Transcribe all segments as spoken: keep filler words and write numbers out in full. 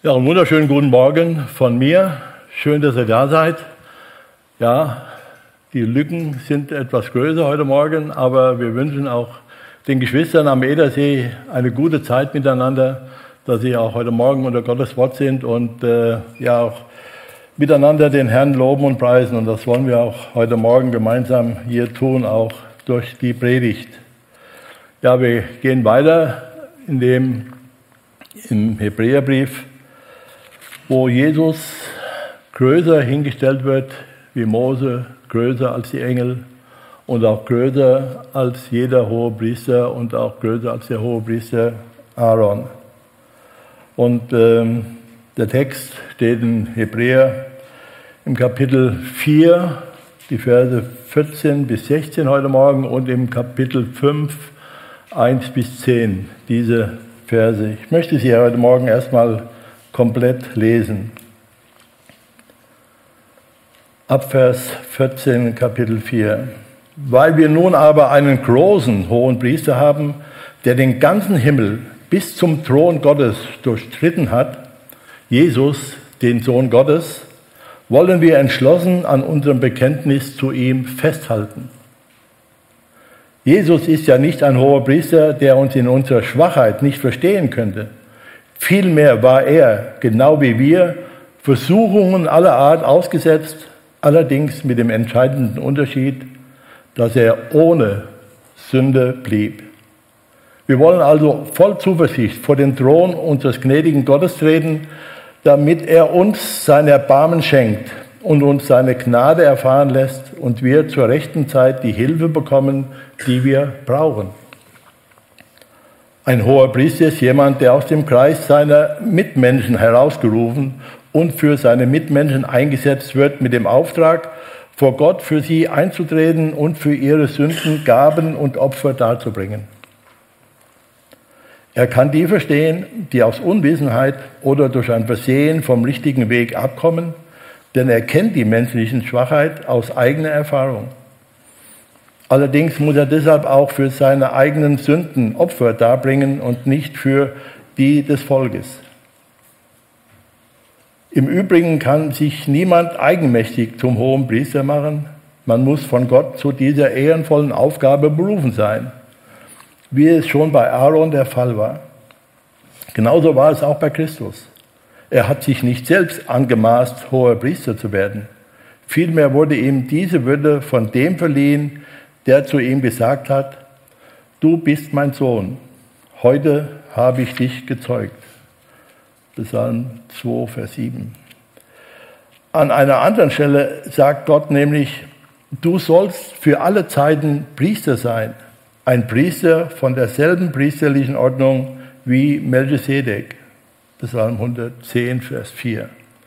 Ja, einen wunderschönen guten Morgen von mir. Schön, dass ihr da seid. Ja, die Lücken sind etwas größer heute Morgen, aber wir wünschen auch den Geschwistern am Edersee eine gute Zeit miteinander, dass sie auch heute Morgen unter Gottes Wort sind und äh, ja auch miteinander den Herrn loben und preisen. Und das wollen wir auch heute Morgen gemeinsam hier tun, auch durch die Predigt. Ja, wir gehen weiter in dem, im Hebräerbrief, wo Jesus größer hingestellt wird wie Mose, größer als die Engel und auch größer als jeder Hohepriester und auch größer als der Hohepriester Aaron. Und ähm, der Text steht in Hebräer im Kapitel vier, die Verse vierzehn bis sechzehn heute Morgen und im Kapitel fünf, eins bis zehn, diese Verse. Ich möchte sie heute Morgen erstmal komplett lesen. Ab Vers vierzehn, Kapitel vier. Weil wir nun aber einen großen hohen Priester haben, der den ganzen Himmel bis zum Thron Gottes durchstritten hat, Jesus, den Sohn Gottes, wollen wir entschlossen an unserem Bekenntnis zu ihm festhalten. Jesus ist ja nicht ein hoher Priester, der uns in unserer Schwachheit nicht verstehen könnte. Vielmehr war er, genau wie wir, Versuchungen aller Art ausgesetzt, allerdings mit dem entscheidenden Unterschied, dass er ohne Sünde blieb. Wir wollen also voll Zuversicht vor den Thron unseres gnädigen Gottes treten, damit er uns sein Erbarmen schenkt und uns seine Gnade erfahren lässt und wir zur rechten Zeit die Hilfe bekommen, die wir brauchen. Ein hoher Priester ist jemand, der aus dem Kreis seiner Mitmenschen herausgerufen und für seine Mitmenschen eingesetzt wird mit dem Auftrag, vor Gott für sie einzutreten und für ihre Sünden Gaben und Opfer darzubringen. Er kann die verstehen, die aus Unwissenheit oder durch ein Versehen vom richtigen Weg abkommen, denn er kennt die menschliche Schwachheit aus eigener Erfahrung. Allerdings muss er deshalb auch für seine eigenen Sünden Opfer darbringen und nicht für die des Volkes. Im Übrigen kann sich niemand eigenmächtig zum hohen Priester machen. Man muss von Gott zu dieser ehrenvollen Aufgabe berufen sein, wie es schon bei Aaron der Fall war. Genauso war es auch bei Christus. Er hat sich nicht selbst angemaßt, hoher Priester zu werden. Vielmehr wurde ihm diese Würde von dem verliehen, der zu ihm gesagt hat, du bist mein Sohn, heute habe ich dich gezeugt. Psalm zwei, Vers sieben. An einer anderen Stelle sagt Gott nämlich, du sollst für alle Zeiten Priester sein, ein Priester von derselben priesterlichen Ordnung wie Melchisedek. Psalm hundertzehn, Vers vier.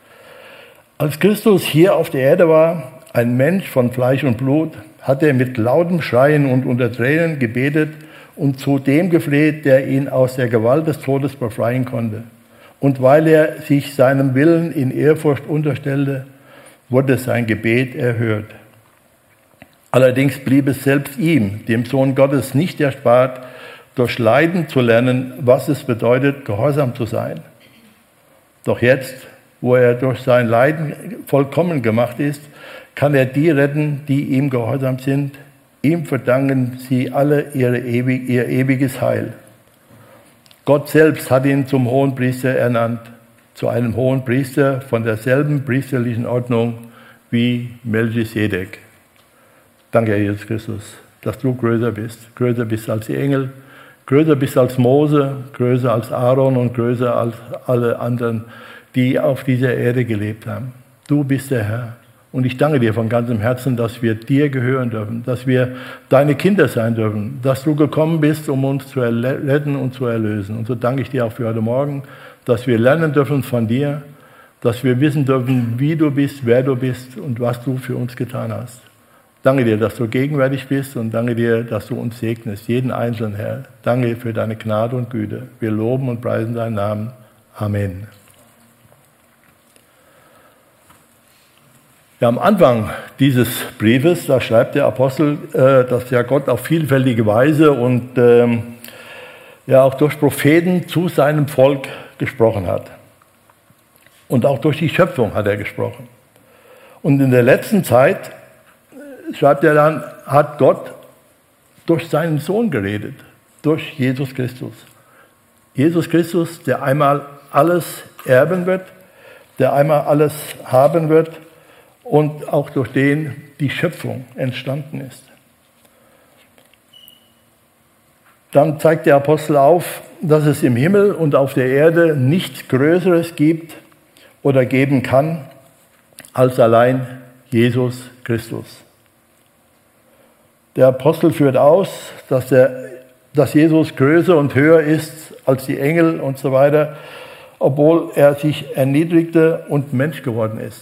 Als Christus hier auf der Erde war, ein Mensch von Fleisch und Blut, hat er mit lautem Schreien und unter Tränen gebetet und zu dem gefleht, der ihn aus der Gewalt des Todes befreien konnte. Und weil er sich seinem Willen in Ehrfurcht unterstellte, wurde sein Gebet erhört. Allerdings blieb es selbst ihm, dem Sohn Gottes, nicht erspart, durch Leiden zu lernen, was es bedeutet, gehorsam zu sein. Doch jetzt, wo er durch sein Leiden vollkommen gemacht ist, kann er die retten, die ihm gehorsam sind. Ihm verdanken sie alle ihre ewig, ihr ewiges Heil. Gott selbst hat ihn zum Hohenpriester ernannt, zu einem Hohenpriester von derselben priesterlichen Ordnung wie Melchisedek. Danke, Herr Jesus Christus, dass du größer bist, größer bist als die Engel, größer bist als Mose, größer als Aaron und größer als alle anderen, die auf dieser Erde gelebt haben. Du bist der Herr. Und ich danke dir von ganzem Herzen, dass wir dir gehören dürfen, dass wir deine Kinder sein dürfen, dass du gekommen bist, um uns zu retten und zu erlösen. Und so danke ich dir auch für heute Morgen, dass wir lernen dürfen von dir, dass wir wissen dürfen, wie du bist, wer du bist und was du für uns getan hast. Danke dir, dass du gegenwärtig bist und danke dir, dass du uns segnest, jeden Einzelnen, Herr. Danke für deine Gnade und Güte. Wir loben und preisen deinen Namen. Amen. Ja, am Anfang dieses Briefes, da schreibt der Apostel, äh, dass ja Gott auf vielfältige Weise und ähm, ja auch durch Propheten zu seinem Volk gesprochen hat. Und auch durch die Schöpfung hat er gesprochen. Und in der letzten Zeit, schreibt er dann, hat Gott durch seinen Sohn geredet, durch Jesus Christus. Jesus Christus, der einmal alles erben wird, der einmal alles haben wird und auch durch den die Schöpfung entstanden ist. Dann zeigt der Apostel auf, dass es im Himmel und auf der Erde nichts Größeres gibt oder geben kann als allein Jesus Christus. Der Apostel führt aus, dass, der, dass Jesus größer und höher ist als die Engel und so weiter, obwohl er sich erniedrigte und Mensch geworden ist.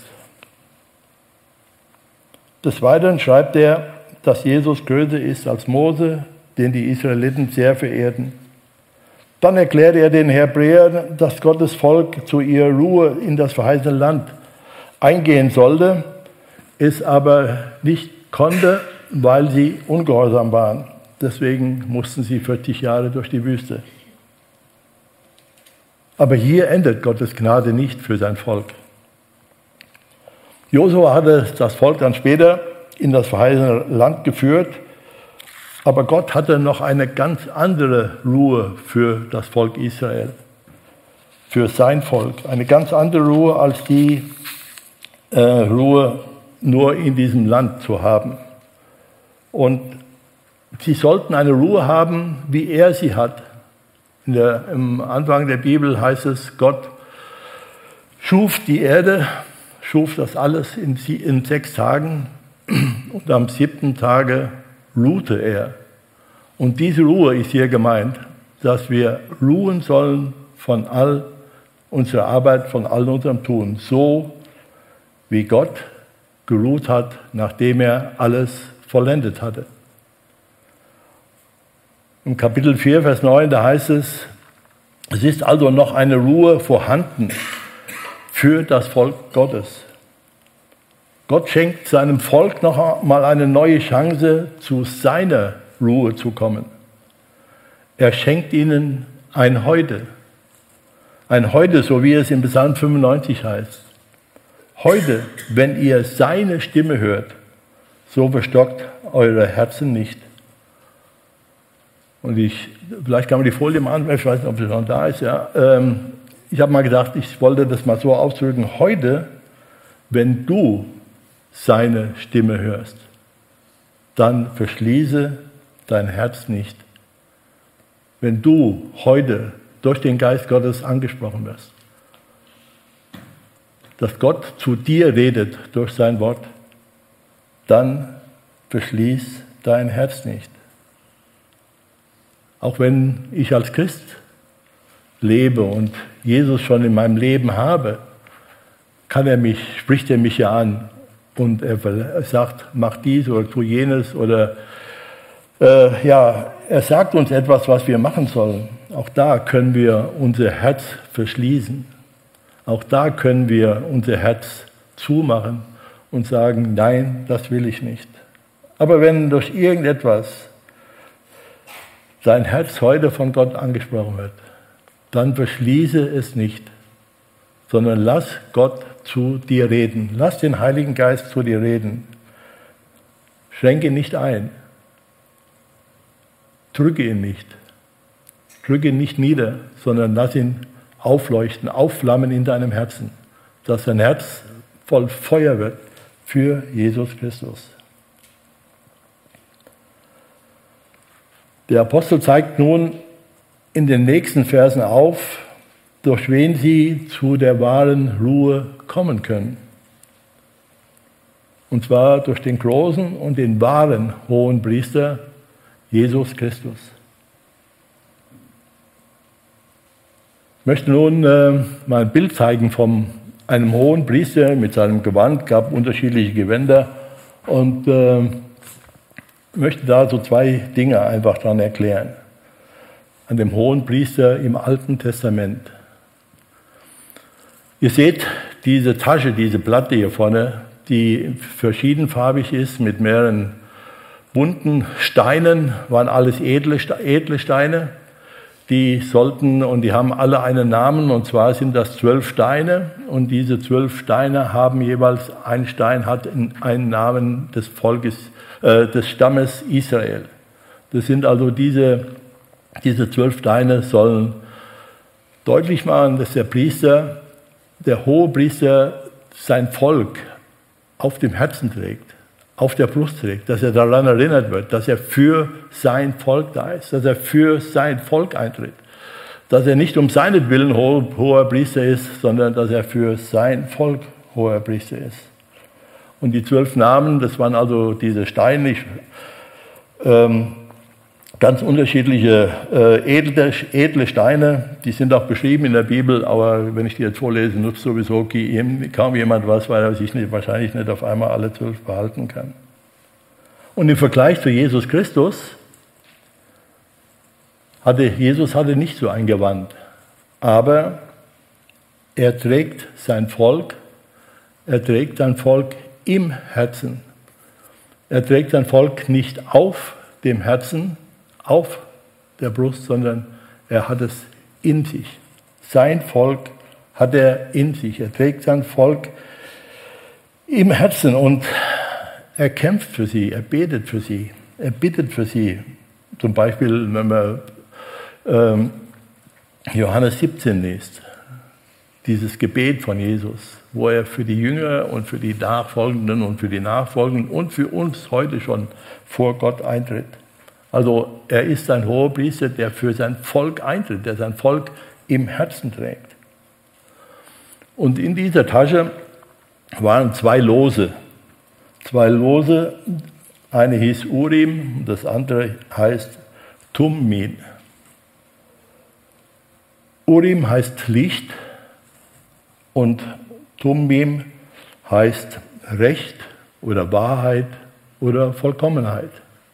Des Weiteren schreibt er, dass Jesus größer ist als Mose, den die Israeliten sehr verehrten. Dann erklärt er den Hebräern, dass Gottes Volk zu ihrer Ruhe in das verheißene Land eingehen sollte, es aber nicht konnte, weil sie ungehorsam waren. Deswegen mussten sie vierzig Jahre durch die Wüste. Aber hier endet Gottes Gnade nicht für sein Volk. Josua hatte das Volk dann später in das verheißene Land geführt, aber Gott hatte noch eine ganz andere Ruhe für das Volk Israel, für sein Volk. Eine ganz andere Ruhe als die äh, Ruhe nur in diesem Land zu haben. Und sie sollten eine Ruhe haben, wie er sie hat. In der, im Anfang der Bibel heißt es, Gott schuf die Erde, schuf das alles in, in sechs Tagen und am siebten Tage ruhte er. Und diese Ruhe ist hier gemeint, dass wir ruhen sollen von all unserer Arbeit, von all unserem Tun, so wie Gott geruht hat, nachdem er alles vollendet hatte. Im Kapitel vier, Vers neun, da heißt es, es ist also noch eine Ruhe vorhanden für das Volk Gottes. Gott schenkt seinem Volk noch mal eine neue Chance, zu seiner Ruhe zu kommen. Er schenkt ihnen ein Heute. Ein Heute, so wie es im Psalm fünfundneunzig heißt. Heute, wenn ihr seine Stimme hört, so verstockt eure Herzen nicht. Und ich, vielleicht kann man die Folie mal anwerfen, ich weiß nicht, ob sie schon da ist. Ja. Ähm, ich habe mal gedacht, ich wollte das mal so ausdrücken. Heute, wenn du seine Stimme hörst, dann verschließe dein Herz nicht. Wenn du heute durch den Geist Gottes angesprochen wirst, dass Gott zu dir redet durch sein Wort, dann verschließ dein Herz nicht. Auch wenn ich als Christ lebe und Jesus schon in meinem Leben habe, kann er mich, spricht er mich ja an und er sagt, mach dies oder tu jenes oder äh, ja, er sagt uns etwas, was wir machen sollen. Auch da können wir unser Herz verschließen. Auch da können wir unser Herz zumachen und sagen, nein, das will ich nicht. Aber wenn durch irgendetwas dein Herz heute von Gott angesprochen wird, dann verschließe es nicht, sondern lass Gott zu dir reden. Lass den Heiligen Geist zu dir reden. Schränke ihn nicht ein. Drücke ihn nicht. Drücke ihn nicht nieder, sondern lass ihn aufleuchten, aufflammen in deinem Herzen, dass dein Herz voll Feuer wird für Jesus Christus. Der Apostel zeigt nun in den nächsten Versen auf, durch wen sie zu der wahren Ruhe kommen können. Und zwar durch den großen und den wahren Hohenpriester Jesus Christus. Ich möchte nun äh, mal ein Bild zeigen von einem Hohenpriester mit seinem Gewand, gab unterschiedliche Gewänder und äh, möchte da so zwei Dinge einfach dran erklären. An dem Hohenpriester im Alten Testament. Ihr seht diese Tasche, diese Platte hier vorne, die verschiedenfarbig ist mit mehreren bunten Steinen, waren alles edle, edle Steine. die sollten, und die haben alle einen Namen, und zwar sind das zwölf Steine, und diese zwölf Steine haben jeweils, ein Stein hat einen Namen des Volkes, äh, des Stammes Israel. Das sind also diese, diese zwölf Steine sollen deutlich machen, dass der Priester, der Hohepriester, sein Volk auf dem Herzen trägt, auf der Brust trägt, dass er daran erinnert wird, dass er für sein Volk da ist, dass er für sein Volk eintritt, dass er nicht um seinetwillen hoher Priester ist, sondern dass er für sein Volk hoher Priester ist. Und die zwölf Namen, das waren also diese Steine, ich, ähm, ganz unterschiedliche äh, edle, edle Steine, die sind auch beschrieben in der Bibel, aber wenn ich die jetzt vorlese, nutzt sowieso kaum jemand was, weil er sich nicht, wahrscheinlich nicht auf einmal alle zwölf behalten kann. Und im Vergleich zu Jesus Christus, hatte Jesus hatte nicht so ein Gewand, aber er trägt sein Volk, er trägt sein Volk im Herzen. Er trägt sein Volk nicht auf dem Herzen, auf der Brust, sondern er hat es in sich. Sein Volk hat er in sich. Er trägt sein Volk im Herzen und er kämpft für sie, er betet für sie, er bittet für sie. Zum Beispiel, wenn man ähm, Johannes siebzehn liest, dieses Gebet von Jesus, wo er für die Jünger und für die Nachfolgenden und für die Nachfolgenden und für uns heute schon vor Gott eintritt. Also er ist ein Hohepriester, der für sein Volk eintritt, der sein Volk im Herzen trägt. Und in dieser Tasche waren zwei Lose. Zwei Lose, eine hieß Urim, das andere heißt Tummim. Urim heißt Licht und Tummim heißt Recht oder Wahrheit oder Vollkommenheit.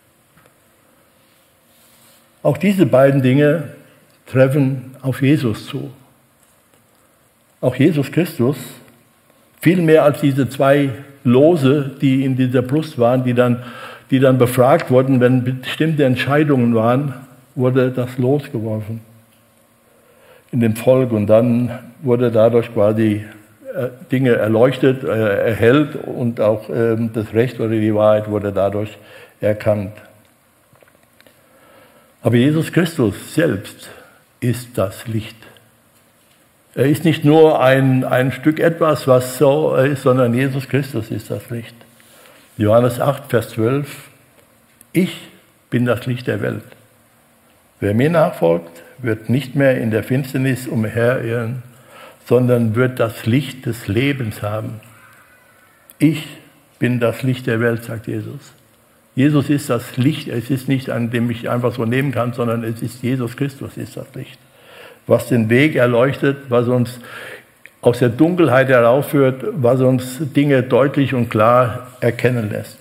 Auch diese beiden Dinge treffen auf Jesus zu. Auch Jesus Christus, viel mehr als diese zwei Lose, die in dieser Brust waren, die dann, die dann befragt wurden, wenn bestimmte Entscheidungen waren, wurde das Los geworfen in dem Volk und dann wurde dadurch quasi äh, Dinge erleuchtet, äh, erhellt und auch äh, das Recht oder die Wahrheit wurde dadurch erkannt. Aber Jesus Christus selbst ist das Licht. Er ist nicht nur ein, ein Stück etwas, was so ist, sondern Jesus Christus ist das Licht. Johannes acht, Vers zwölf. Ich bin das Licht der Welt. Wer mir nachfolgt, wird nicht mehr in der Finsternis umherirren, sondern wird das Licht des Lebens haben. Ich bin das Licht der Welt, sagt Jesus. Jesus ist das Licht, es ist nicht, an dem ich einfach so nehmen kann, sondern es ist Jesus Christus, ist das Licht. Was den Weg erleuchtet, was uns aus der Dunkelheit heraufführt, was uns Dinge deutlich und klar erkennen lässt.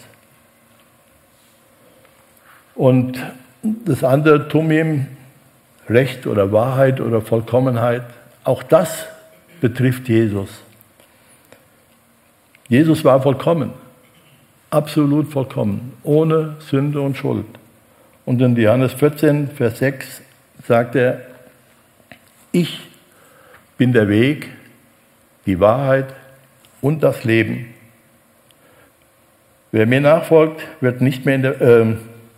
Und das andere, Tummim, Recht oder Wahrheit oder Vollkommenheit, auch das betrifft Jesus. Jesus war vollkommen, absolut vollkommen, ohne Sünde und Schuld. Und in Johannes vierzehn, Vers sechs sagt er, ich bin der Weg, die Wahrheit und das Leben. Wer mir nachfolgt, wird nicht mehr in der, äh,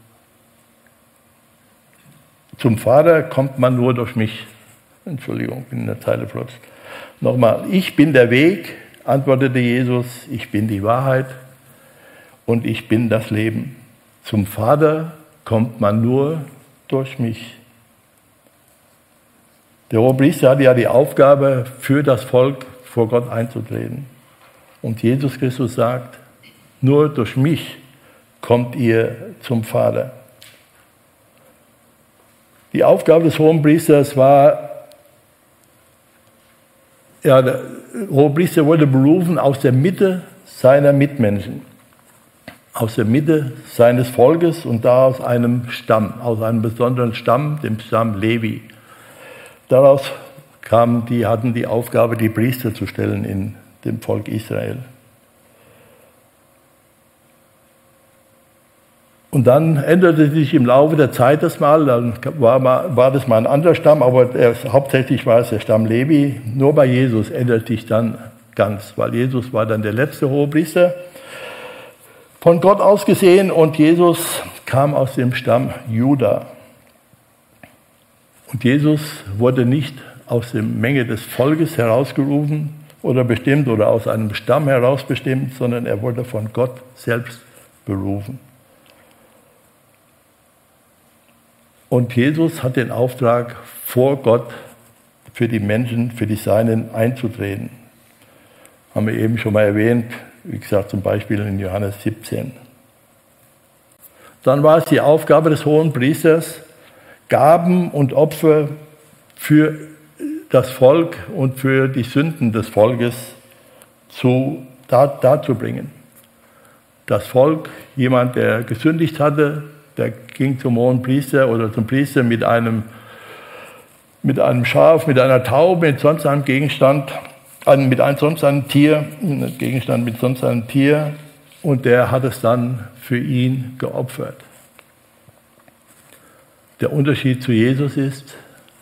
zum Vater kommt man nur durch mich. Entschuldigung, bin in der Zeile flott. Nochmal, ich bin der Weg, antwortete Jesus, ich bin die Wahrheit und ich bin das Leben. Zum Vater kommt man nur durch mich. Der Hohepriester hatte ja die Aufgabe, für das Volk vor Gott einzutreten. Und Jesus Christus sagt, nur durch mich kommt ihr zum Vater. Die Aufgabe des Hohepriesters war, ja, der Hohepriester wurde berufen aus der Mitte seiner Mitmenschen, aus der Mitte seines Volkes und da aus einem Stamm, aus einem besonderen Stamm, dem Stamm Levi. Daraus kamen die, hatten die Aufgabe, die Priester zu stellen in dem Volk Israel. Und dann änderte sich im Laufe der Zeit das mal, dann war, mal, war das mal ein anderer Stamm, aber der, hauptsächlich war es der Stamm Levi. Nur bei Jesus änderte sich dann ganz, weil Jesus war dann der letzte Hohepriester von Gott aus gesehen und Jesus kam aus dem Stamm Juda. Und Jesus wurde nicht aus der Menge des Volkes herausgerufen oder bestimmt oder aus einem Stamm heraus bestimmt, sondern er wurde von Gott selbst berufen. Und Jesus hat den Auftrag, vor Gott für die Menschen, für die Seinen einzutreten. Haben wir eben schon mal erwähnt, wie gesagt, zum Beispiel in Johannes siebzehn. Dann war es die Aufgabe des Hohenpriesters, Gaben und Opfer für das Volk und für die Sünden des Volkes zu, dar, darzubringen. Das Volk, jemand, der gesündigt hatte, der ging zum Hohenpriester oder zum Priester mit einem, mit einem Schaf, mit einer Taube, mit sonst einem Gegenstand, mit einem sonst einem Tier, Gegenstand mit sonst einem Tier, und der hat es dann für ihn geopfert. Der Unterschied zu Jesus ist,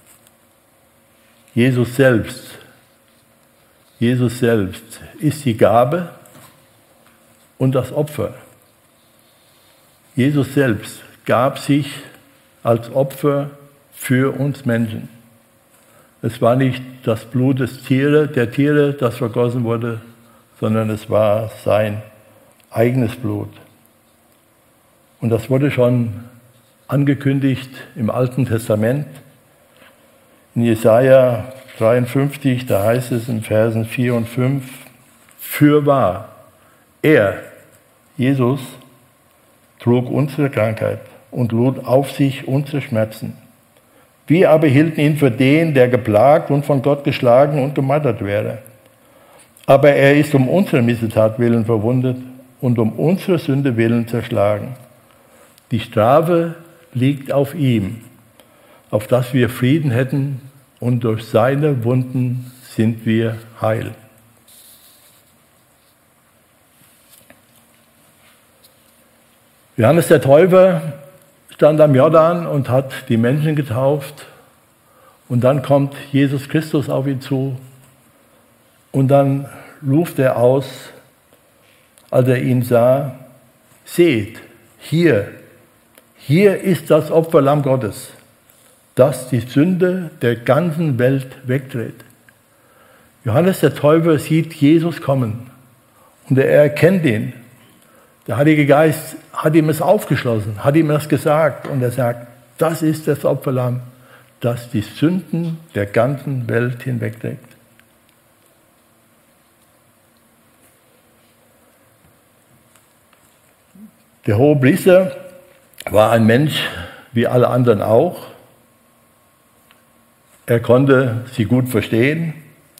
Jesus selbst, Jesus selbst ist die Gabe und das Opfer. Jesus selbst gab sich als Opfer für uns Menschen. Es war nicht das Blut des Tiere, der Tiere, das vergossen wurde, sondern es war sein eigenes Blut. Und das wurde schon angekündigt im Alten Testament. In Jesaja dreiundfünfzig, da heißt es in Versen vier und fünf, fürwahr, er, Jesus, trug unsere Krankheit und lud auf sich unsere Schmerzen. Wir aber hielten ihn für den, der geplagt und von Gott geschlagen und gemartert wäre. Aber er ist um unsere Missetat willen verwundet und um unsere Sünde willen zerschlagen. Die Strafe liegt auf ihm, auf dass wir Frieden hätten, und durch seine Wunden sind wir heil. Johannes der Täufer stand am Jordan und hat die Menschen getauft. Und dann kommt Jesus Christus auf ihn zu. Und dann ruft er aus, als er ihn sah, seht, hier, hier ist das Opferlamm Gottes, das die Sünde der ganzen Welt wegträgt. Johannes der Täufer sieht Jesus kommen und er erkennt ihn. Der Heilige Geist hat ihm es aufgeschlossen, hat ihm das gesagt und er sagt, das ist das Opferlamm, das die Sünden der ganzen Welt hinwegträgt. Der Hohepriester war ein Mensch wie alle anderen auch. Er konnte sie gut verstehen.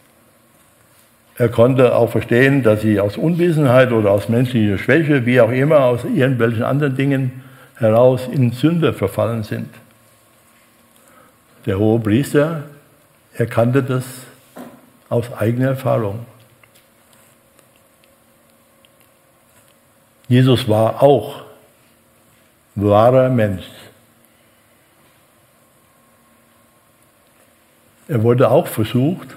Er konnte auch verstehen, dass sie aus Unwissenheit oder aus menschlicher Schwäche, wie auch immer, aus irgendwelchen anderen Dingen heraus in Sünde verfallen sind. Der Hohepriester erkannte das aus eigener Erfahrung. Jesus war auch wahrer Mensch. Er wurde auch versucht,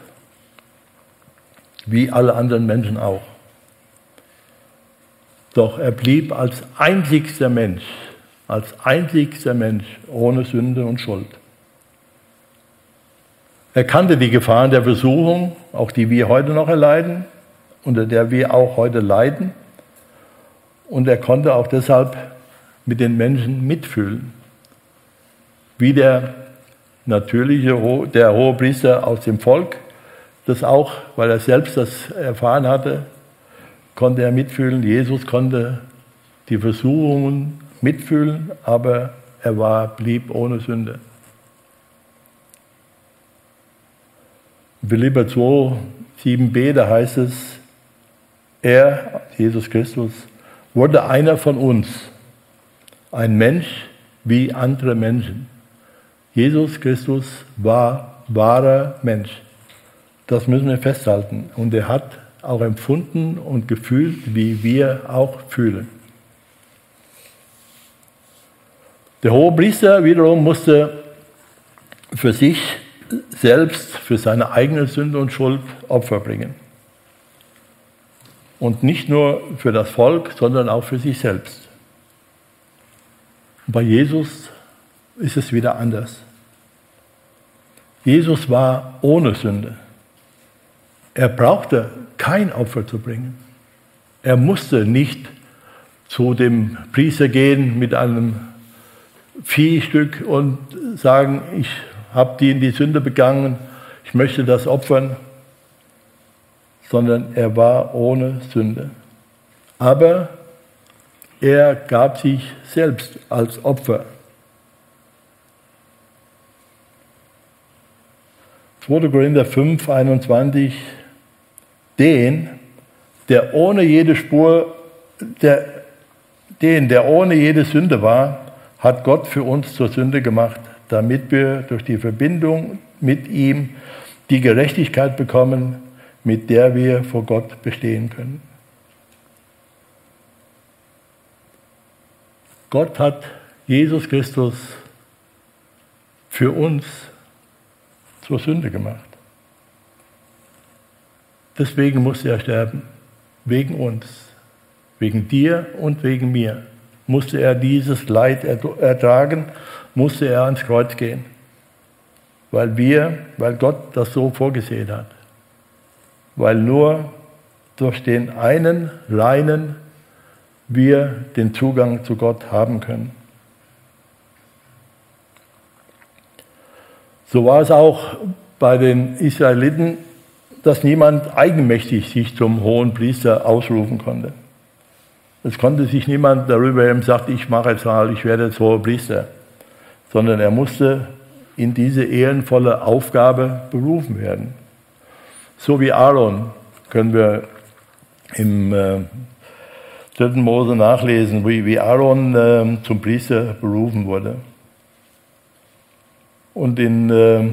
wie alle anderen Menschen auch. Doch er blieb als einzigster Mensch, als einzigster Mensch ohne Sünde und Schuld. Er kannte die Gefahren der Versuchung, auch die wir heute noch erleiden, unter der wir auch heute leiden. Und er konnte auch deshalb mit den Menschen mitfühlen, wie der natürliche, der Hohepriester aus dem Volk, das auch, weil er selbst das erfahren hatte, konnte er mitfühlen. Jesus konnte die Versuchungen mitfühlen, aber er war, blieb ohne Sünde. In Philipper zwei, sieben b, da heißt es, er, Jesus Christus, wurde einer von uns, ein Mensch wie andere Menschen. Jesus Christus war wahrer Mensch. Das müssen wir festhalten. Und er hat auch empfunden und gefühlt, wie wir auch fühlen. Der Hohepriester wiederum musste für sich selbst, für seine eigene Sünde und Schuld Opfer bringen. Und nicht nur für das Volk, sondern auch für sich selbst. Und bei Jesus ist es wieder anders. Jesus war ohne Sünde. Er brauchte kein Opfer zu bringen. Er musste nicht zu dem Priester gehen mit einem Viehstück und sagen, ich habe die in die Sünde begangen, ich möchte das opfern, sondern er war ohne Sünde. Aber er gab sich selbst als Opfer. zweiter Korinther fünf, einundzwanzig, den, der ohne jede Spur, der, den, der ohne jede Sünde war, hat Gott für uns zur Sünde gemacht, damit wir durch die Verbindung mit ihm die Gerechtigkeit bekommen, mit der wir vor Gott bestehen können. Gott hat Jesus Christus für uns zur Sünde gemacht. Deswegen musste er sterben, wegen uns, wegen dir und wegen mir. Musste er dieses Leid ertragen, musste er ans Kreuz gehen, weil wir, weil Gott das so vorgesehen hat. Weil nur durch den einen reinen wir den Zugang zu Gott haben können. So war es auch bei den Israeliten, dass niemand eigenmächtig sich zum hohen Priester ausrufen konnte. Es konnte sich niemand darüber eben sagen, ich mache jetzt mal, ich werde jetzt hoher Priester, sondern er musste in diese ehrenvolle Aufgabe berufen werden. So wie Aaron können wir im äh, dritten Mose nachlesen, wie, wie Aaron äh, zum Priester berufen wurde. Und in äh,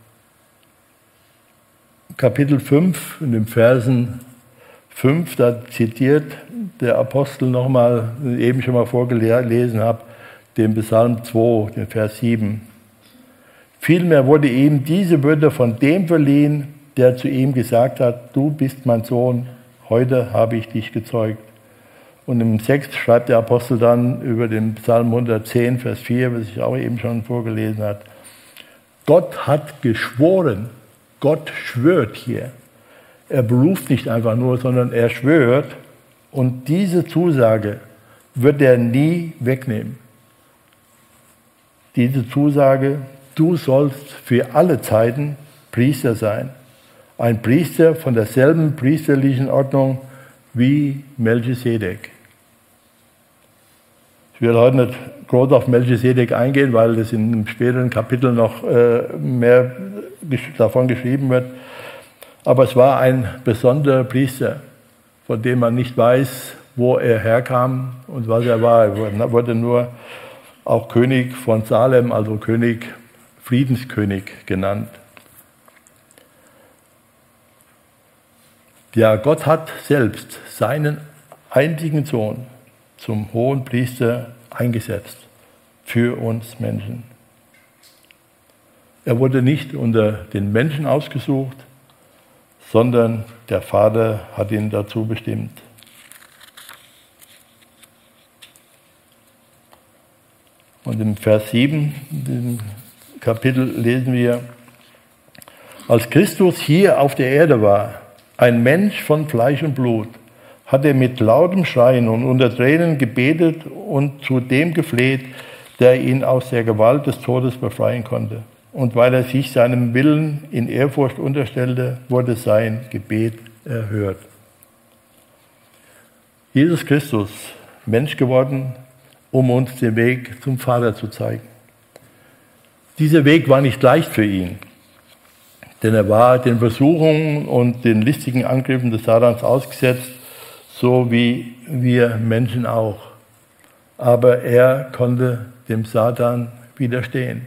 Kapitel fünf, in den Versen fünf, da zitiert der Apostel nochmal, den ich eben schon mal vorgelesen habe, den Psalm zwei, den Vers sieben. Vielmehr wurde ihm diese Würde von dem verliehen, der zu ihm gesagt hat, du bist mein Sohn, heute habe ich dich gezeugt. Und im sechs schreibt der Apostel dann über den Psalm hundertzehn, Vers vier, was ich auch eben schon vorgelesen habe. Gott hat geschworen, Gott schwört hier. Er beruft nicht einfach nur, sondern er schwört. Und diese Zusage wird er nie wegnehmen. Diese Zusage, du sollst für alle Zeiten Priester sein. Ein Priester von derselben priesterlichen Ordnung wie Melchisedek. Ich will heute nicht groß auf Melchisedek eingehen, weil es in einem späteren Kapitel noch äh, mehr davon geschrieben wird. Aber es war ein besonderer Priester, von dem man nicht weiß, wo er herkam und was er war. Er wurde nur auch König von Salem, also König, Friedenskönig genannt. Ja, Gott hat selbst seinen einzigen Sohn zum hohen Priester eingesetzt für uns Menschen. Er wurde nicht unter den Menschen ausgesucht, sondern der Vater hat ihn dazu bestimmt. Und im Vers sieben, im Kapitel, lesen wir, als Christus hier auf der Erde war, ein Mensch von Fleisch und Blut, hat er mit lautem Schreien und unter Tränen gebetet und zu dem gefleht, der ihn aus der Gewalt des Todes befreien konnte. Und weil er sich seinem Willen in Ehrfurcht unterstellte, wurde sein Gebet erhört. Jesus Christus, Mensch geworden, um uns den Weg zum Vater zu zeigen. Dieser Weg war nicht leicht für ihn, denn er war den Versuchungen und den listigen Angriffen des Satans ausgesetzt, so wie wir Menschen auch. Aber er konnte dem Satan widerstehen.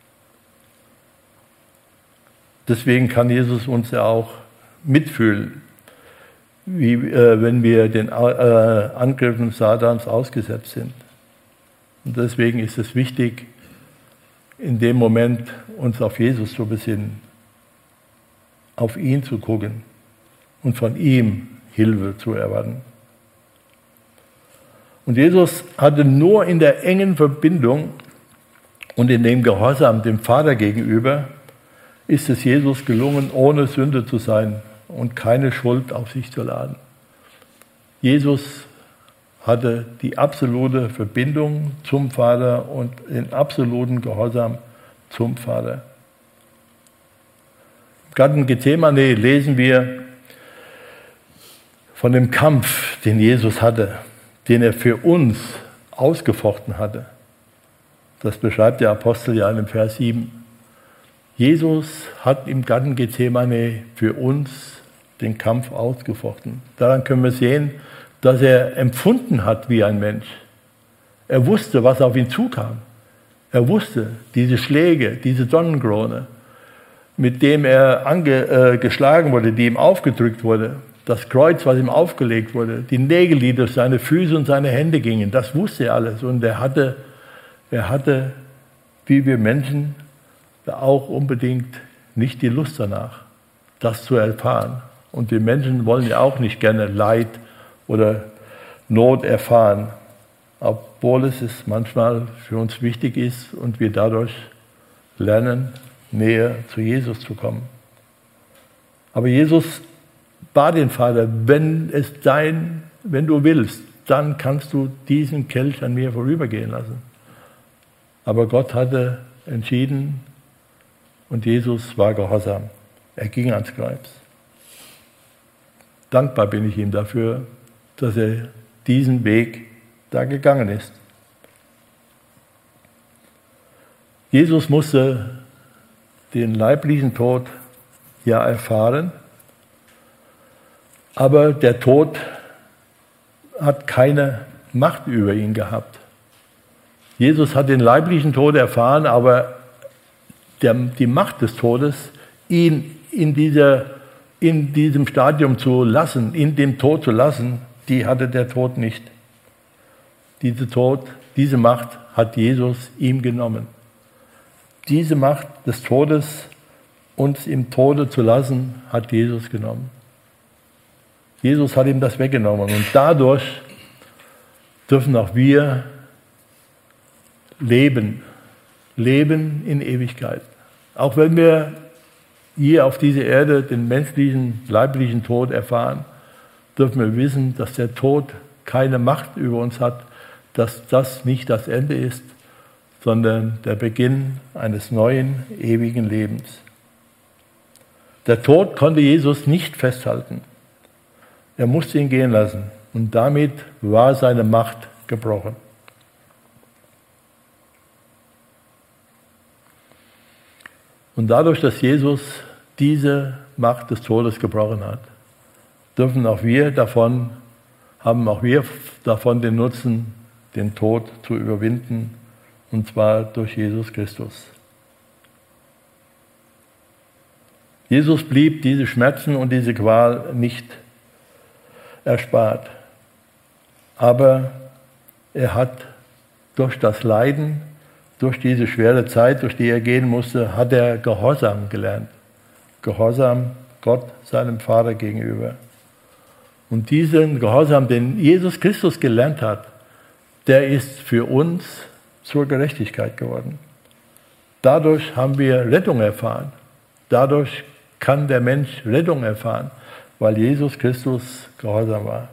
Deswegen kann Jesus uns ja auch mitfühlen, wie, äh, wenn wir den äh, Angriffen Satans ausgesetzt sind. Und deswegen ist es wichtig, in dem Moment uns auf Jesus zu besinnen, auf ihn zu gucken und von ihm Hilfe zu erwarten. Und Jesus hatte nur in der engen Verbindung und in dem Gehorsam dem Vater gegenüber, ist es Jesus gelungen, ohne Sünde zu sein und keine Schuld auf sich zu laden. Jesus hatte die absolute Verbindung zum Vater und den absoluten Gehorsam zum Vater. Im Garten Gethsemane lesen wir von dem Kampf, den Jesus hatte, den er für uns ausgefochten hatte. Das beschreibt der Apostel ja in dem Vers sieben. Jesus hat im Garten Gethsemane für uns den Kampf ausgefochten. Daran können wir sehen, dass er empfunden hat wie ein Mensch. Er wusste, was auf ihn zukam. Er wusste, diese Schläge, diese Dornenkrone, mit dem er ange, äh, geschlagen wurde, die ihm aufgedrückt wurde, das Kreuz, was ihm aufgelegt wurde, die Nägel, die durch seine Füße und seine Hände gingen, das wusste er alles. Und er hatte, er hatte, wie wir Menschen, auch unbedingt nicht die Lust danach, das zu erfahren. Und wir Menschen wollen ja auch nicht gerne Leid oder Not erfahren, obwohl es manchmal für uns wichtig ist und wir dadurch lernen, näher zu Jesus zu kommen. Aber Jesus bat den Vater, wenn es dein, wenn du willst, dann kannst du diesen Kelch an mir vorübergehen lassen. Aber Gott hatte entschieden und Jesus war gehorsam. Er ging ans Kreuz. Dankbar bin ich ihm dafür, dass er diesen Weg da gegangen ist. Jesus musste den leiblichen Tod ja erfahren, aber der Tod hat keine Macht über ihn gehabt. Jesus hat den leiblichen Tod erfahren, aber der, die Macht des Todes, ihn in, dieser, in diesem Stadium zu lassen, in dem Tod zu lassen, die hatte der Tod nicht. Diese Tod, diese Macht hat Jesus ihm genommen. Diese Macht des Todes, uns im Tode zu lassen, hat Jesus genommen. Jesus hat ihm das weggenommen und dadurch dürfen auch wir leben, leben in Ewigkeit. Auch wenn wir hier auf dieser Erde den menschlichen, leiblichen Tod erfahren, dürfen wir wissen, dass der Tod keine Macht über uns hat, dass das nicht das Ende ist, sondern der Beginn eines neuen, ewigen Lebens. Der Tod konnte Jesus nicht festhalten. Er musste ihn gehen lassen und damit war seine Macht gebrochen. Und dadurch, dass Jesus diese Macht des Todes gebrochen hat, dürfen auch wir davon, haben auch wir davon den Nutzen, den Tod zu überwinden, und zwar durch Jesus Christus. Jesus blieb diese Schmerzen und diese Qual nicht erspart, aber er hat durch das Leiden, durch diese schwere Zeit, durch die er gehen musste, hat er Gehorsam gelernt. Gehorsam Gott, seinem Vater gegenüber. Und diesen Gehorsam, den Jesus Christus gelernt hat, der ist für uns zur Gerechtigkeit geworden. Dadurch haben wir Rettung erfahren. Dadurch kann der Mensch Rettung erfahren, weil Jesus Christus gehorsam war.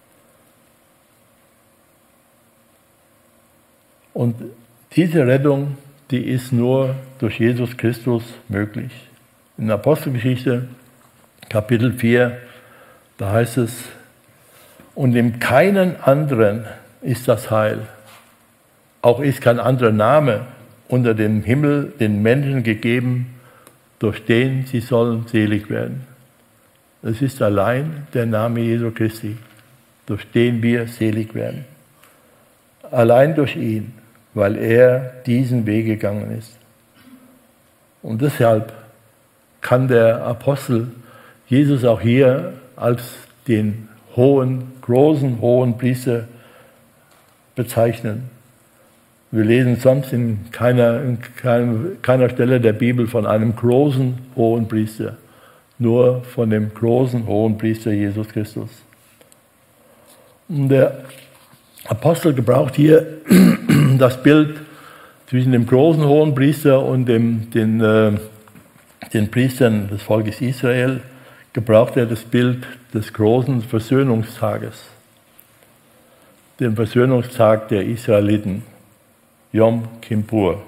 Und diese Rettung, die ist nur durch Jesus Christus möglich. In der Apostelgeschichte, Kapitel vier, da heißt es, und in keinen anderen ist das Heil. Auch ist kein anderer Name unter dem Himmel den Menschen gegeben, durch den sie sollen selig werden. Es ist allein der Name Jesu Christi, durch den wir selig werden. Allein durch ihn, weil er diesen Weg gegangen ist. Und deshalb kann der Apostel Jesus auch hier als den hohen, großen, hohen Priester bezeichnen. Wir lesen sonst in keiner, in keiner, keiner Stelle der Bibel von einem großen hohen Priester, nur von dem großen hohen Priester Jesus Christus. Und der Apostel gebraucht hier das Bild zwischen dem großen hohen Priester und dem, den, äh, den Priestern des Volkes Israel, gebraucht er das Bild des großen Versöhnungstages, den Versöhnungstag der Israeliten, Yom Kippur.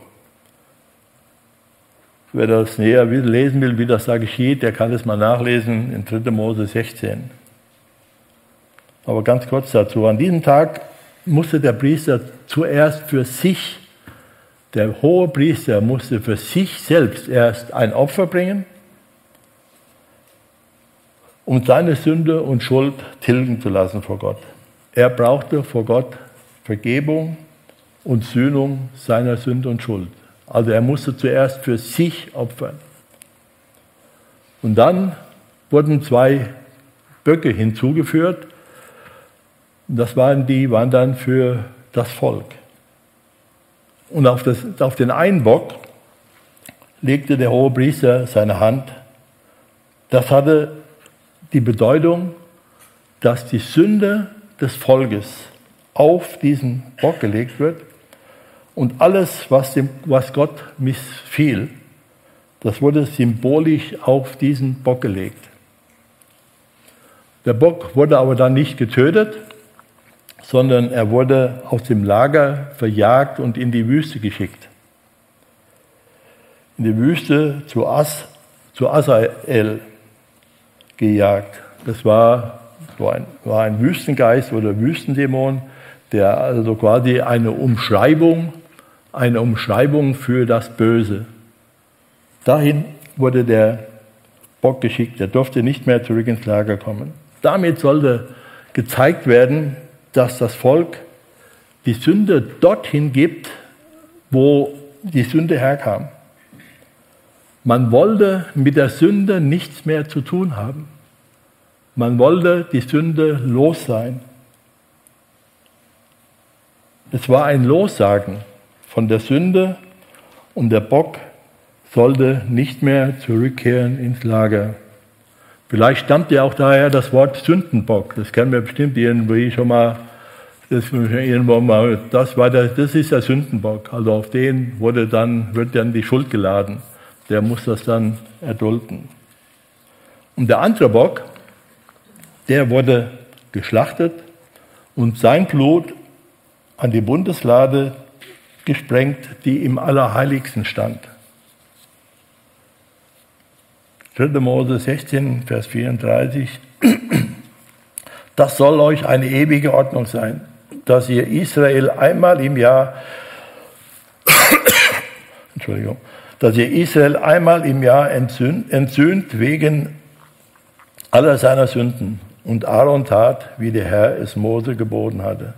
Wer das näher lesen will, wie das da geschieht, der kann es mal nachlesen in dritter Mose sechzehn. Aber ganz kurz dazu, an diesem Tag musste der Priester zuerst für sich, der hohe Priester musste für sich selbst erst ein Opfer bringen, um seine Sünde und Schuld tilgen zu lassen vor Gott. Er brauchte vor Gott Vergebung und Sühnung seiner Sünde und Schuld. Also er musste zuerst für sich opfern. Und dann wurden zwei Böcke hinzugeführt. Das waren die, waren dann für das Volk. Und auf, das, auf den einen Bock legte der Hohepriester seine Hand. Das hatte die Bedeutung, dass die Sünde des Volkes auf diesen Bock gelegt wird und alles, was, dem, was Gott missfiel, das wurde symbolisch auf diesen Bock gelegt. Der Bock wurde aber dann nicht getötet, sondern er wurde aus dem Lager verjagt und in die Wüste geschickt. In die Wüste zu, As, zu Asael gejagt. Das war, war, ein, war ein Wüstengeist oder Wüstendämon, der also quasi eine Umschreibung, eine Umschreibung für das Böse. Dahin wurde der Bock geschickt, er durfte nicht mehr zurück ins Lager kommen. Damit sollte gezeigt werden, dass das Volk die Sünde dorthin gibt, wo die Sünde herkam. Man wollte mit der Sünde nichts mehr zu tun haben. Man wollte die Sünde los sein. Es war ein Lossagen von der Sünde und der Bock sollte nicht mehr zurückkehren ins Lager. Vielleicht stammt ja auch daher das Wort Sündenbock. Das kennen wir bestimmt irgendwie schon mal. Das, irgendwo mal, das, war der, das ist der Sündenbock. Also auf den wurde dann, wird dann die Schuld geladen. Der muss das dann erdulden. Und der andere Bock, der wurde geschlachtet und sein Blut an die Bundeslade gesprengt, die im Allerheiligsten stand. dritter Mose sechzehn, Vers vierunddreißig. Das soll euch eine ewige Ordnung sein, dass ihr Israel einmal im Jahr, Entschuldigung, dass ihr Israel einmal im Jahr entsühnt, entsühnt wegen aller seiner Sünden. Und Aaron tat, wie der Herr es Mose geboten hatte.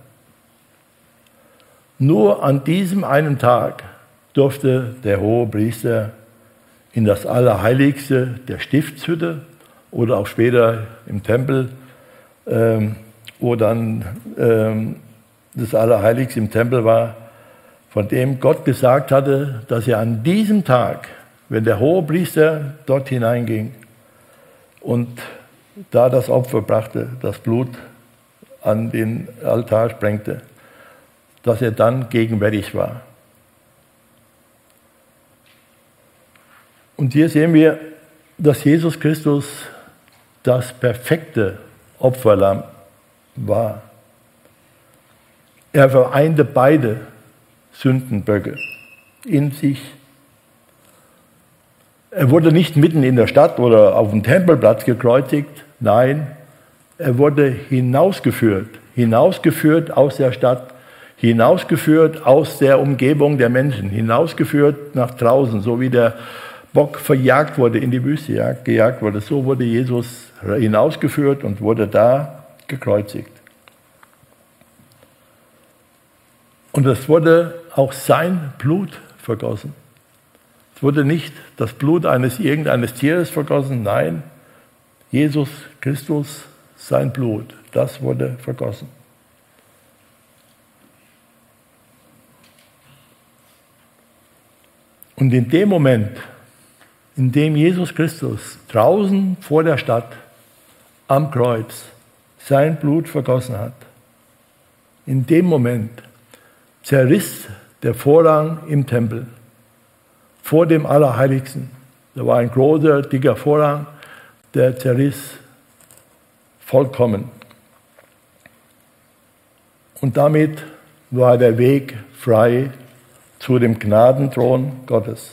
Nur an diesem einen Tag durfte der hohe Priester in das Allerheiligste der Stiftshütte oder auch später im Tempel, ähm, wo dann ähm, das Allerheiligste im Tempel war, von dem Gott gesagt hatte, dass er an diesem Tag, wenn der hohe Priester dort hineinging und da das Opfer brachte, das Blut an den Altar sprengte, dass er dann gegenwärtig war. Und hier sehen wir, dass Jesus Christus das perfekte Opferlamm war. Er vereinte beide Sündenböcke in sich. Er wurde nicht mitten in der Stadt oder auf dem Tempelplatz gekreuzigt, nein, er wurde hinausgeführt, hinausgeführt aus der Stadt, hinausgeführt aus der Umgebung der Menschen, hinausgeführt nach draußen, so wie der Bock verjagt wurde, in die Wüste gejagt wurde. So wurde Jesus hinausgeführt und wurde da gekreuzigt. Und es wurde auch sein Blut vergossen. Es wurde nicht das Blut eines irgendeines Tieres vergossen, nein, Jesus Christus, sein Blut, das wurde vergossen. Und in dem Moment, in dem Jesus Christus draußen vor der Stadt am Kreuz sein Blut vergossen hat, in dem Moment zerriss der Vorhang im Tempel vor dem Allerheiligsten. Da war ein großer, dicker Vorhang, der zerriss vollkommen. Und damit war der Weg frei zu dem Gnadenthron Gottes.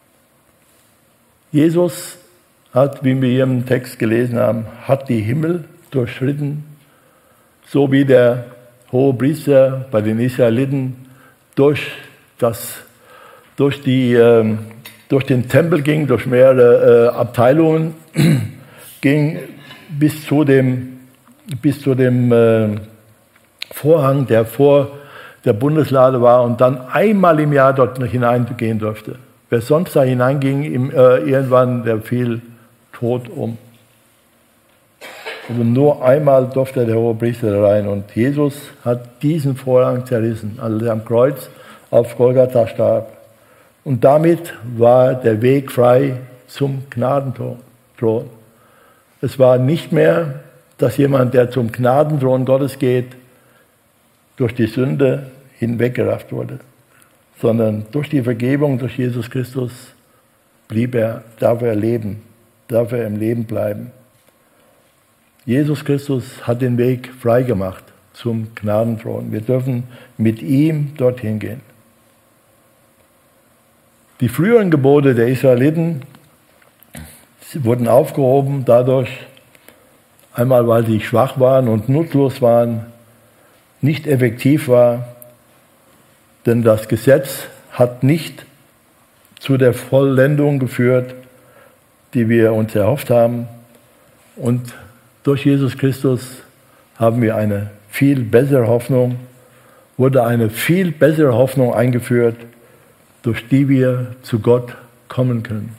Jesus hat, wie wir hier im Text gelesen haben, hat die Himmel durchschritten, so wie der Hohepriester bei den Israeliten durch, das, durch, die, äh, durch den Tempel ging, durch mehrere äh, Abteilungen ging bis zu dem, bis zu dem äh, Vorhang, der vor der Bundeslade war und dann einmal im Jahr dort hineingehen durfte. Wer sonst da hineinging, im, äh, irgendwann, der fiel tot um. Also nur einmal durfte der Hohepriester rein und Jesus hat diesen Vorhang zerrissen, als er am Kreuz auf Golgatha starb. Und damit war der Weg frei zum Gnadenthron. Es war nicht mehr, dass jemand, der zum Gnadenthron Gottes geht, durch die Sünde hinweggerafft wurde, sondern durch die Vergebung durch Jesus Christus blieb er, darf er leben, darf er im Leben bleiben. Jesus Christus hat den Weg frei gemacht zum Gnadenthron. Wir dürfen mit ihm dorthin gehen. Die früheren Gebote der Israeliten wurden aufgehoben dadurch, einmal weil sie schwach waren und nutzlos waren, nicht effektiv war, denn das Gesetz hat nicht zu der Vollendung geführt, die wir uns erhofft haben. Und durch Jesus Christus haben wir eine viel bessere Hoffnung, wurde eine viel bessere Hoffnung eingeführt, durch die wir zu Gott kommen können.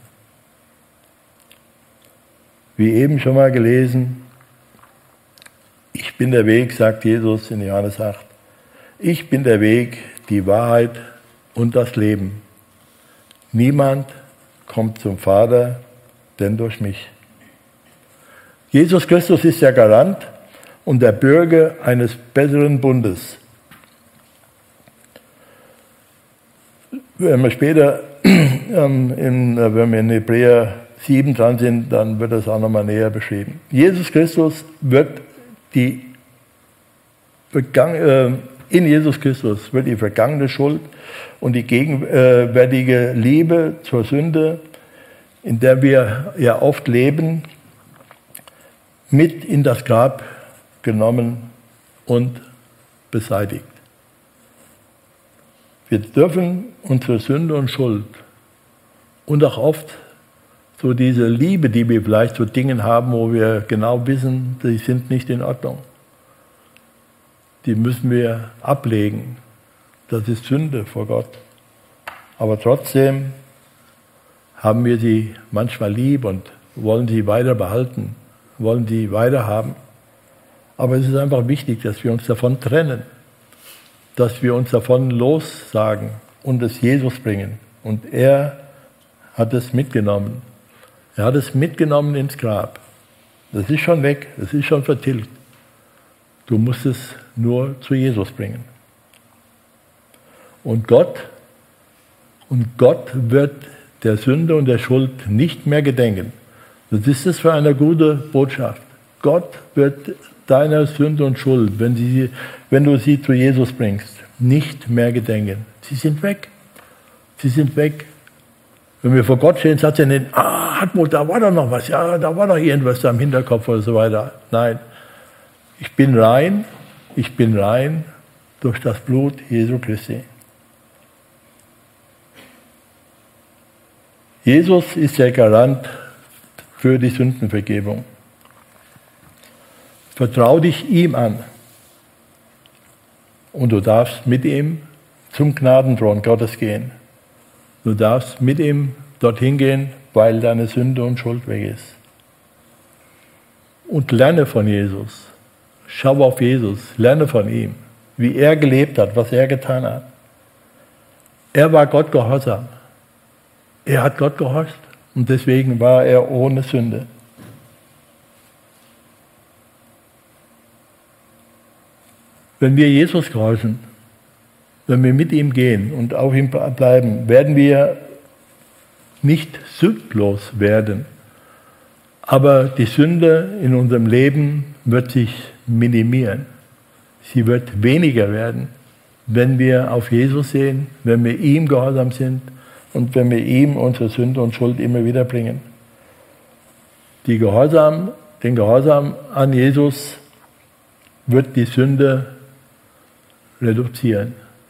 Wie eben schon mal gelesen, ich bin der Weg, sagt Jesus in Johannes acht. Ich bin der Weg, die Wahrheit und das Leben. Niemand kommt zum Vater, denn durch mich. Jesus Christus ist der Garant und der Bürger eines besseren Bundes. Wenn wir später, ähm, in, wenn wir in Hebräer sieben dran sind, dann wird das auch nochmal näher beschrieben. Jesus Christus wird die äh, in Jesus Christus wird die vergangene Schuld und die gegenwärtige Liebe zur Sünde, in der wir ja oft leben, mit in das Grab genommen und beseitigt. Wir dürfen unsere Sünde und Schuld und auch oft so diese Liebe, die wir vielleicht zu Dingen haben, wo wir genau wissen, die sind nicht in Ordnung. Die müssen wir ablegen. Das ist Sünde vor Gott. Aber trotzdem haben wir sie manchmal lieb und wollen sie weiter behalten, wollen sie weiter haben. Aber es ist einfach wichtig, dass wir uns davon trennen, dass wir uns davon lossagen und es Jesus bringen. Und er hat es mitgenommen. Er hat es mitgenommen ins Grab. Das ist schon weg, das ist schon vertilgt. Du musst es nur zu Jesus bringen. Und Gott, und Gott wird der Sünde und der Schuld nicht mehr gedenken. Das ist es für eine gute Botschaft. Gott wird deiner Sünde und Schuld, wenn, sie, wenn du sie zu Jesus bringst, nicht mehr gedenken. Sie sind weg. Sie sind weg. Wenn wir vor Gott stehen, sagt er nicht, ah, Hartmut, da war doch noch was, ja, da war doch irgendwas da im Hinterkopf oder so weiter. Nein, ich bin rein, ich bin rein durch das Blut Jesu Christi. Jesus ist der Garant für die Sündenvergebung. Vertrau dich ihm an und du darfst mit ihm zum Gnadenthron Gottes gehen. Du darfst mit ihm dorthin gehen, weil deine Sünde und Schuld weg ist. Und lerne von Jesus. Schau auf Jesus, lerne von ihm, wie er gelebt hat, was er getan hat. Er war Gott gehorsam. Er hat Gott gehorcht und deswegen war er ohne Sünde. Wenn wir Jesus gehorchen, wenn wir mit ihm gehen und auf ihm bleiben, werden wir nicht sündlos werden. Aber die Sünde in unserem Leben wird sich minimieren. Sie wird weniger werden, wenn wir auf Jesus sehen, wenn wir ihm gehorsam sind und wenn wir ihm unsere Sünde und Schuld immer wieder bringen. Die Gehorsam, den Gehorsam an Jesus wird die Sünde reduzieren.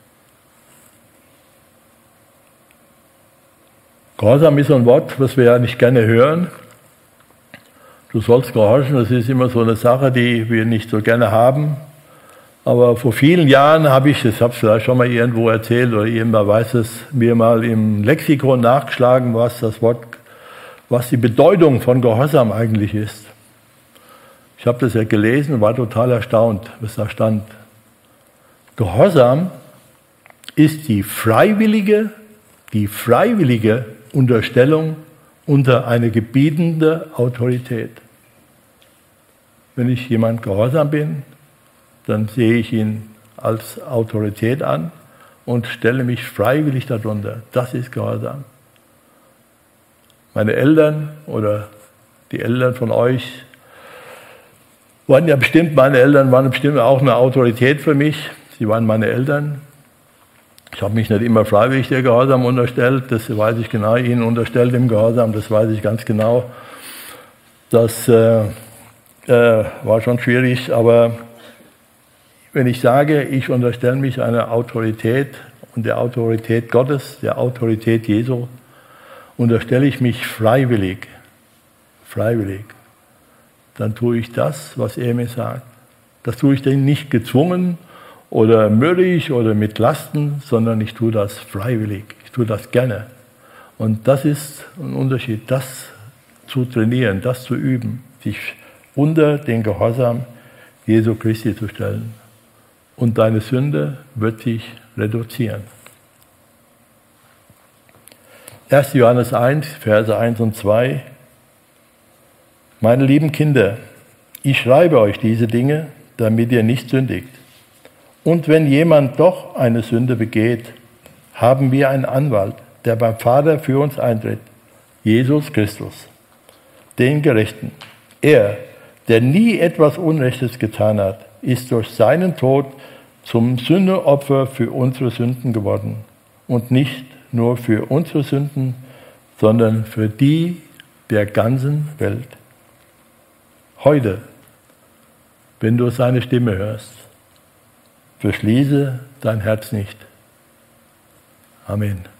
Gehorsam ist so ein Wort, was wir ja nicht gerne hören. Du sollst gehorchen, das ist immer so eine Sache, die wir nicht so gerne haben. Aber vor vielen Jahren habe ich, das habe ich vielleicht schon mal irgendwo erzählt oder jemand weiß es, mir mal im Lexikon nachgeschlagen, was das Wort, was die Bedeutung von Gehorsam eigentlich ist. Ich habe das ja gelesen und war total erstaunt, was da stand. Gehorsam ist die freiwillige, die freiwillige Unterstellung unter eine gebietende Autorität. Wenn ich jemand gehorsam bin, dann sehe ich ihn als Autorität an und stelle mich freiwillig darunter. Das ist Gehorsam. Meine Eltern oder die Eltern von euch waren ja bestimmt, meine Eltern waren bestimmt auch eine Autorität für mich. Sie waren meine Eltern. Ich habe mich nicht immer freiwillig der Gehorsam unterstellt, das weiß ich genau, ihnen unterstellt im Gehorsam, das weiß ich ganz genau. Das äh, äh, war schon schwierig, aber wenn ich sage, ich unterstelle mich einer Autorität und der Autorität Gottes, der Autorität Jesu, unterstelle ich mich freiwillig, freiwillig, dann tue ich das, was er mir sagt. Das tue ich dann nicht gezwungen oder mürrisch oder mit Lasten, sondern ich tue das freiwillig, ich tue das gerne. Und das ist ein Unterschied, das zu trainieren, das zu üben, sich unter den Gehorsam Jesu Christi zu stellen. Und deine Sünde wird sich reduzieren. erster Johannes eins, Verse eins und zwei. Meine lieben Kinder, ich schreibe euch diese Dinge, damit ihr nicht sündigt. Und wenn jemand doch eine Sünde begeht, haben wir einen Anwalt, der beim Vater für uns eintritt, Jesus Christus, den Gerechten. Er, der nie etwas Unrechtes getan hat, ist durch seinen Tod zum Sündeopfer für unsere Sünden geworden. Und nicht nur für unsere Sünden, sondern für die der ganzen Welt. Heute, wenn du seine Stimme hörst, verschließe dein Herz nicht. Amen.